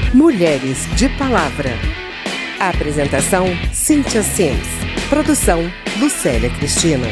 Mulheres de Palavra. Apresentação: Cíntia Sims. Produção: Lucélia Cristina.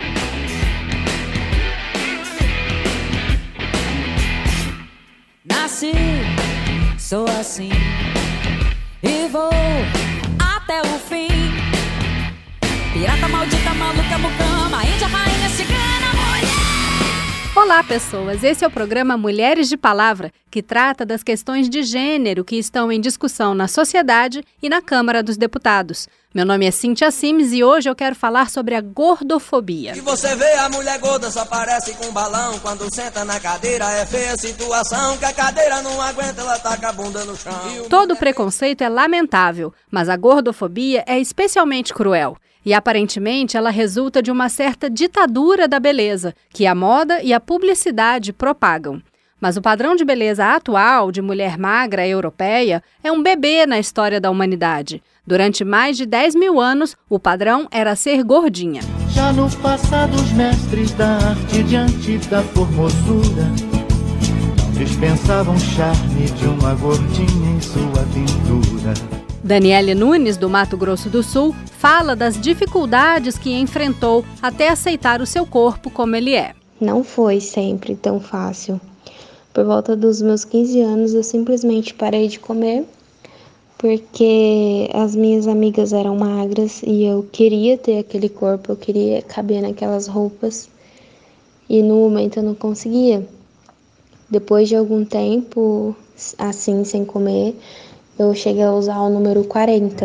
Nasci, sou assim e vou até o fim. Pirata maldita, maluca, mucama, índia, rainha, cigana, mulher. Olá, pessoas! Esse é o programa Mulheres de Palavra, que trata das questões de gênero que estão em discussão na sociedade e na Câmara dos Deputados. Meu nome é Cíntia Sims e hoje eu quero falar sobre a gordofobia. E você vê a mulher gorda só parece com um balão. Quando senta na cadeira é feia a situação, que a cadeira não aguenta, ela taca a bunda no chão. Todo preconceito é lamentável, mas a gordofobia é especialmente cruel. E aparentemente ela resulta de uma certa ditadura da beleza, que a moda e a publicidade propagam. Mas o padrão de beleza atual, de mulher magra europeia, é um bebê na história da humanidade. Durante mais de 10 mil anos, o padrão era ser gordinha. Já no passado, os mestres da arte, diante da formosura, não dispensavam o charme de uma gordinha em sua pintura. Daniele Nunes, do Mato Grosso do Sul, fala das dificuldades que enfrentou até aceitar o seu corpo como ele é. Não foi sempre tão fácil. Por volta dos meus 15 anos, eu simplesmente parei de comer, porque as minhas amigas eram magras e eu queria ter aquele corpo, eu queria caber naquelas roupas e no momento eu não conseguia. Depois de algum tempo, assim, sem comer, eu cheguei a usar o número 40.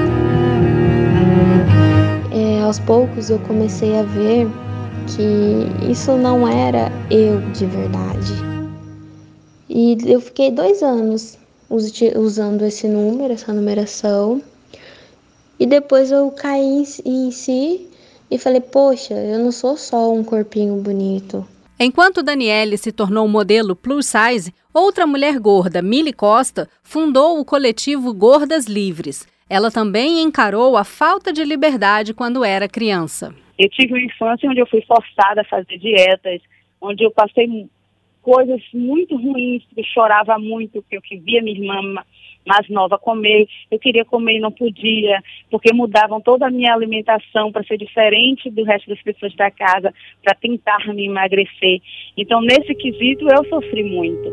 Aos poucos eu comecei a ver que isso não era eu de verdade. E eu fiquei 2 anos usando esse número, essa numeração. E depois eu caí em si e falei, poxa, eu não sou só um corpinho bonito. Enquanto Daniele se tornou modelo plus size, outra mulher gorda, Mili Costa, fundou o coletivo Gordas Livres. Ela também encarou a falta de liberdade quando era criança. Eu tive uma infância onde eu fui forçada a fazer dietas, onde eu passei coisas muito ruins, eu chorava muito, porque eu via minha irmã mais nova comer, eu queria comer e não podia, porque mudavam toda a minha alimentação para ser diferente do resto das pessoas da casa, para tentar me emagrecer. Então, nesse quesito, eu sofri muito.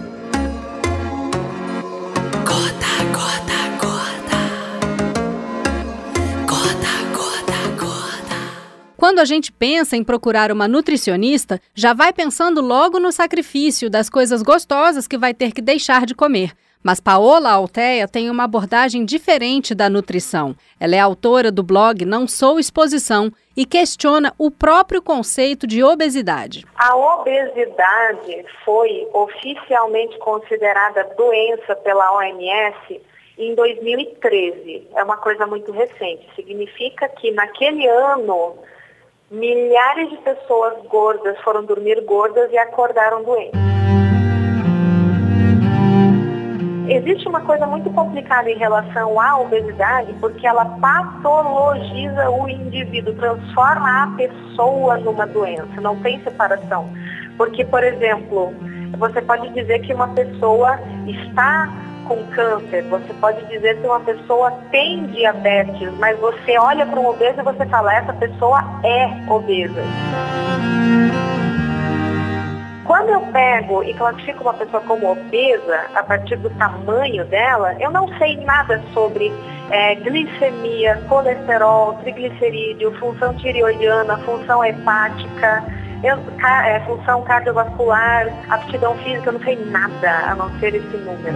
Gorda, gorda, gorda. Gorda, gorda, gorda. Quando a gente pensa em procurar uma nutricionista, já vai pensando logo no sacrifício das coisas gostosas que vai ter que deixar de comer. Mas Paola Altea tem uma abordagem diferente da nutrição. Ela é autora do blog Não Sou Exposição e questiona o próprio conceito de obesidade. A obesidade foi oficialmente considerada doença pela OMS em 2013. É uma coisa muito recente. Significa que naquele ano, milhares de pessoas gordas foram dormir gordas e acordaram doentes. Existe uma coisa muito complicada em relação à obesidade, porque ela patologiza o indivíduo, transforma a pessoa numa doença, não tem separação. Porque, por exemplo, você pode dizer que uma pessoa está com câncer, você pode dizer que uma pessoa tem diabetes, mas você olha para um obeso e você fala, essa pessoa é obesa. Quando eu pego e classifico uma pessoa como obesa, a partir do tamanho dela, eu não sei nada sobre glicemia, colesterol, triglicerídeo, função tireoidiana, função hepática, função cardiovascular, aptidão física, eu não sei nada a não ser esse número.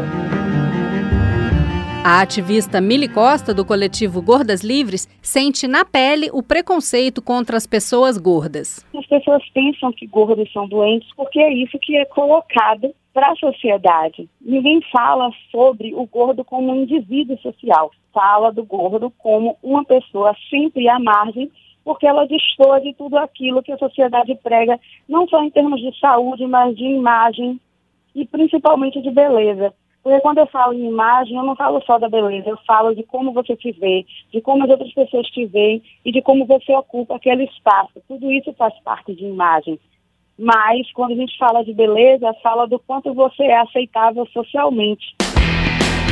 A ativista Mili Costa, do coletivo Gordas Livres, sente na pele o preconceito contra as pessoas gordas. As pessoas pensam que gordos são doentes porque é isso que é colocado para a sociedade. Ninguém fala sobre o gordo como um indivíduo social. Fala do gordo como uma pessoa sempre à margem, porque ela destoa de tudo aquilo que a sociedade prega, não só em termos de saúde, mas de imagem e principalmente de beleza. Porque quando eu falo em imagem, eu não falo só da beleza, eu falo de como você se vê, de como as outras pessoas te veem e de como você ocupa aquele espaço. Tudo isso faz parte de imagem. Mas, quando a gente fala de beleza, fala do quanto você é aceitável socialmente.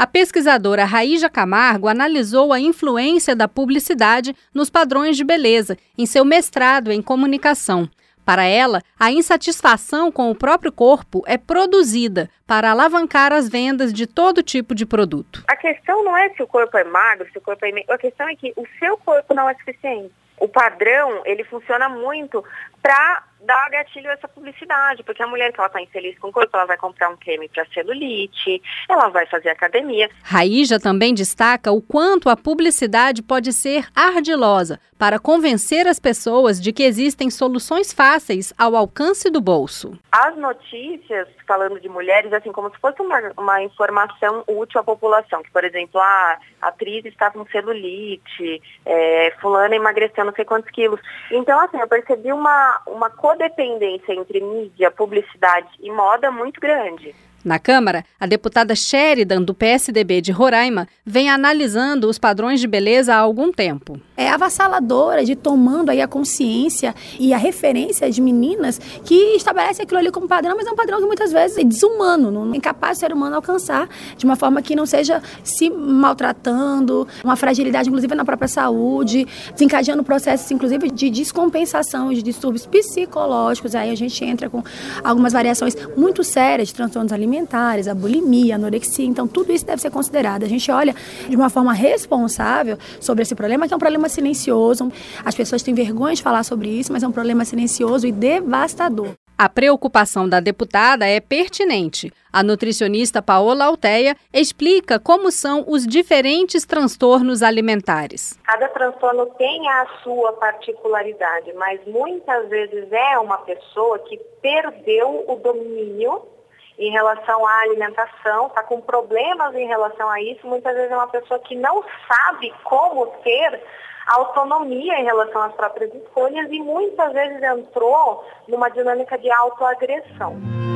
A pesquisadora Raíja Camargo analisou a influência da publicidade nos padrões de beleza em seu mestrado em comunicação. Para ela, a insatisfação com o próprio corpo é produzida para alavancar as vendas de todo tipo de produto. A questão não é se o corpo é magro, se o corpo é imenso. A questão é que o seu corpo não é suficiente. O padrão, ele funciona muito para dar gatilho a essa publicidade, porque a mulher que ela está infeliz com o corpo, ela vai comprar um creme para celulite, ela vai fazer academia. Raíja também destaca o quanto a publicidade pode ser ardilosa para convencer as pessoas de que existem soluções fáceis ao alcance do bolso. As notícias, falando de mulheres, assim, como se fosse uma informação útil à população, que, por exemplo, a atriz está com celulite, fulana emagreceu não sei quantos quilos. Então, assim, eu percebi uma codependência entre mídia, publicidade e moda muito grande. Na Câmara, a deputada Sheridan, do PSDB de Roraima, vem analisando os padrões de beleza há algum tempo. É avassaladora de tomando aí a consciência e a referência de meninas que estabelecem aquilo ali como padrão, mas é um padrão que muitas vezes é desumano, não é incapaz do ser humano alcançar de uma forma que não seja se maltratando, uma fragilidade inclusive na própria saúde, desencadeando processos inclusive de descompensação, de distúrbios psicológicos. Aí a gente entra com algumas variações muito sérias de transtornos alimentares, a bulimia, a anorexia. Então tudo isso deve ser considerado. A gente olha de uma forma responsável sobre esse problema, que é um problema silencioso. As pessoas têm vergonha de falar sobre isso, mas é um problema silencioso e devastador. A preocupação da deputada é pertinente. A nutricionista Paola Alteia explica como são os diferentes transtornos alimentares. Cada transtorno tem a sua particularidade, mas muitas vezes é uma pessoa que perdeu o domínio em relação à alimentação, está com problemas em relação a isso. Muitas vezes é uma pessoa que não sabe como ter autonomia em relação às próprias escolhas e muitas vezes entrou numa dinâmica de autoagressão.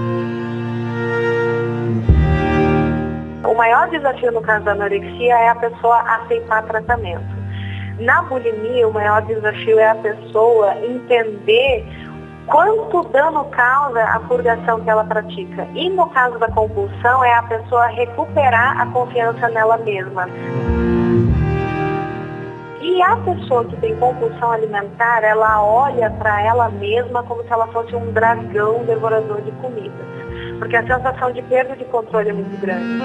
O maior desafio no caso da anorexia é a pessoa aceitar tratamento. Na bulimia, o maior desafio é a pessoa entender quanto dano causa a purgação que ela pratica. E no caso da compulsão, é a pessoa recuperar a confiança nela mesma. E a pessoa que tem compulsão alimentar, ela olha para ela mesma como se ela fosse um dragão devorador de comidas. Porque a sensação de perda de controle é muito grande.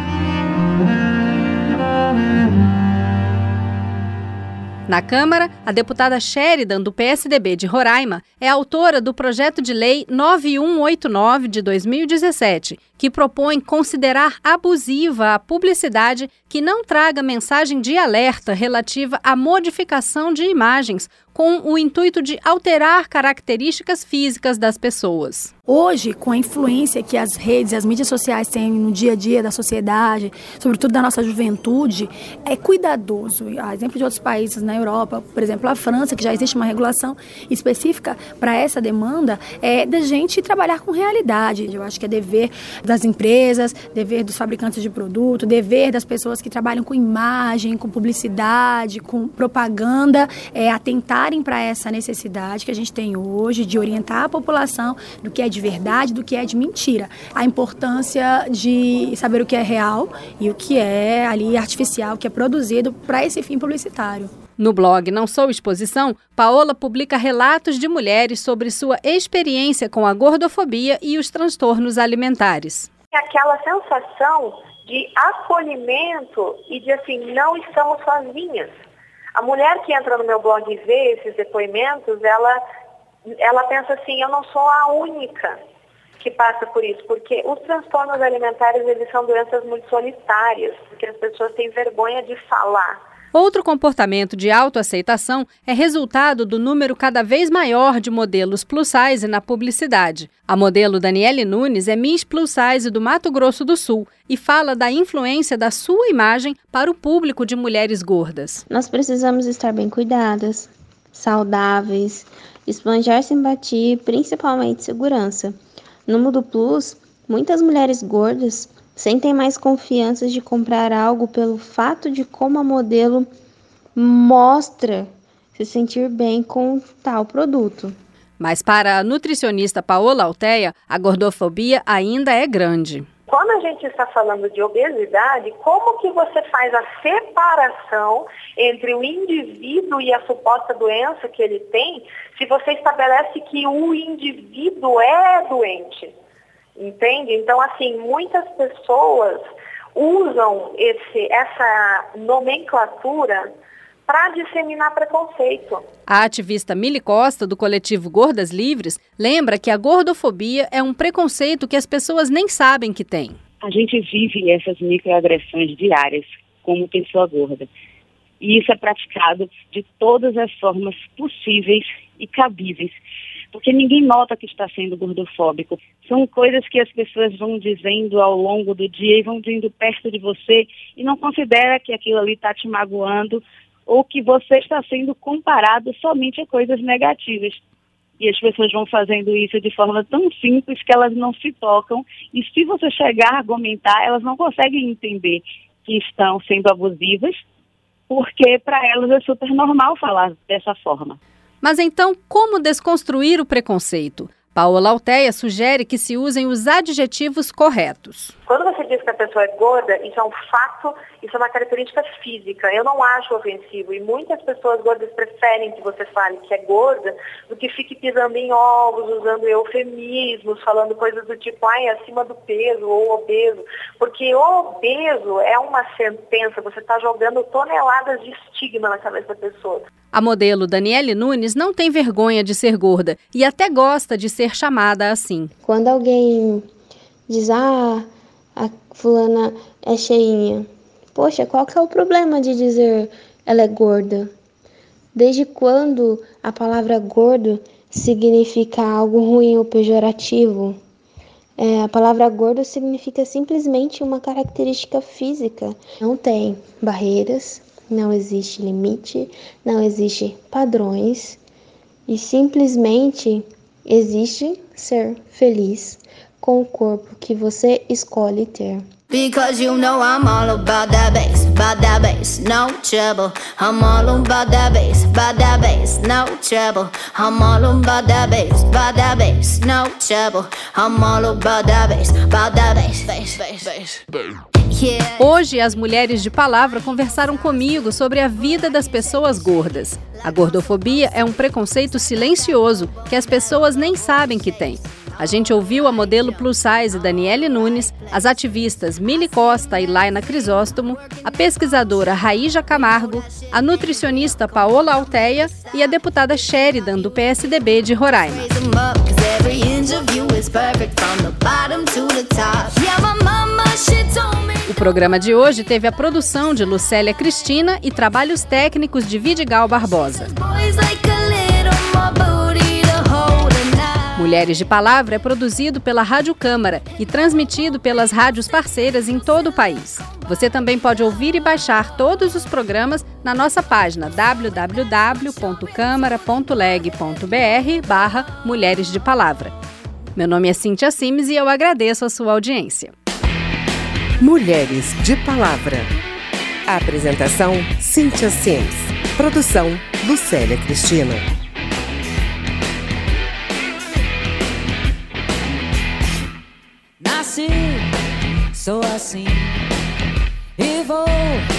Na Câmara, a deputada Sheridan, do PSDB de Roraima, é autora do projeto de lei 9189 de 2017, que propõe considerar abusiva a publicidade que não traga mensagem de alerta relativa à modificação de imagens, com o intuito de alterar características físicas das pessoas. Hoje, com a influência que as redes, as mídias sociais têm no dia a dia da sociedade, sobretudo da nossa juventude, é cuidadoso. A exemplo de outros países na Europa, por exemplo, a França, que já existe uma regulação específica para essa demanda, é da gente trabalhar com realidade. Eu acho que é dever das empresas, dever dos fabricantes de produto, dever das pessoas que trabalham com imagem, com publicidade, com propaganda, atentarem para essa necessidade que a gente tem hoje de orientar a população do que é de verdade, do que é de mentira. A importância de saber o que é real e o que é ali artificial, o que é produzido para esse fim publicitário. No blog Não Sou Exposição, Paola publica relatos de mulheres sobre sua experiência com a gordofobia e os transtornos alimentares. Aquela sensação de acolhimento e de assim, não estamos sozinhas. A mulher que entra no meu blog e vê esses depoimentos, ela pensa assim, eu não sou a única que passa por isso, porque os transtornos alimentares, eles são doenças muito solitárias, porque as pessoas têm vergonha de falar. Outro comportamento de autoaceitação é resultado do número cada vez maior de modelos plus size na publicidade. A modelo Daniele Nunes é Miss Plus Size do Mato Grosso do Sul e fala da influência da sua imagem para o público de mulheres gordas. Nós precisamos estar bem cuidadas, saudáveis, esbanjar simpatia e principalmente segurança. No mundo plus, muitas mulheres gordas sentem mais confiança de comprar algo pelo fato de como a modelo mostra se sentir bem com tal produto. Mas para a nutricionista Paola Alteia, a gordofobia ainda é grande. quando a gente está falando de obesidade, como que você faz a separação entre o indivíduo e a suposta doença que ele tem, se você estabelece que o indivíduo é doente? Entende? Então, assim, muitas pessoas usam essa nomenclatura para disseminar preconceito. A ativista Mili Costa, do coletivo Gordas Livres, lembra que a gordofobia é um preconceito que as pessoas nem sabem que têm. A gente vive essas microagressões diárias como pessoa gorda. E isso é praticado de todas as formas possíveis e cabíveis. Porque ninguém nota que está sendo gordofóbico. São coisas que as pessoas vão dizendo ao longo do dia e vão indo perto de você e não considera que aquilo ali está te magoando ou que você está sendo comparado somente a coisas negativas. E as pessoas vão fazendo isso de forma tão simples que elas não se tocam. E se você chegar a argumentar, elas não conseguem entender que estão sendo abusivas, porque para elas é super normal falar dessa forma. Mas então, como desconstruir o preconceito? Paola Alteia sugere que se usem os adjetivos corretos. Quando você diz que a pessoa é gorda, isso é um fato, isso é uma característica física. Eu não acho ofensivo e muitas pessoas gordas preferem que você fale que é gorda do que fique pisando em ovos, usando eufemismos, falando coisas do tipo, acima do peso ou obeso. Porque obeso é uma sentença, você está jogando toneladas de estigma na cabeça da pessoa. A modelo Daniele Nunes não tem vergonha de ser gorda e até gosta de ser chamada assim. Quando alguém diz, a fulana é cheinha, poxa, qual que é o problema de dizer ela é gorda? Desde quando a palavra gordo significa algo ruim ou pejorativo? A palavra gordo significa simplesmente uma característica física. Não tem barreiras. Não existe limite, não existe padrões e simplesmente existe ser feliz com o corpo que você escolhe ter. Because you know I'm all about that bass, no trouble. I'm all about that bass, no trouble. I'm all about that bass, no trouble. I'm all about that bass. Hoje, as mulheres de palavra conversaram comigo sobre a vida das pessoas gordas. A gordofobia é um preconceito silencioso que as pessoas nem sabem que têm. A gente ouviu a modelo plus size Daniele Nunes, as ativistas Mili Costa e Laina Crisóstomo, a pesquisadora Raíja Camargo, a nutricionista Paola Alteia e a deputada Sheridan, do PSDB de Roraima. O programa de hoje teve a produção de Lucélia Cristina e trabalhos técnicos de Vidigal Barbosa. Mulheres de Palavra é produzido pela Rádio Câmara e transmitido pelas rádios parceiras em todo o país. Você também pode ouvir e baixar todos os programas na nossa página www.câmara.leg.br/Mulheres de Palavra. Meu nome é Cíntia Simes e eu agradeço a sua audiência. Mulheres de Palavra. A apresentação, Cíntia Simes. Produção, Lucélia Cristina. Nasci, sou assim e vou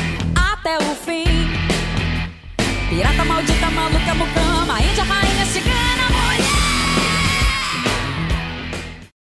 até o fim. Pirata maldita, maluca, mucama, índia, rainha, cigana.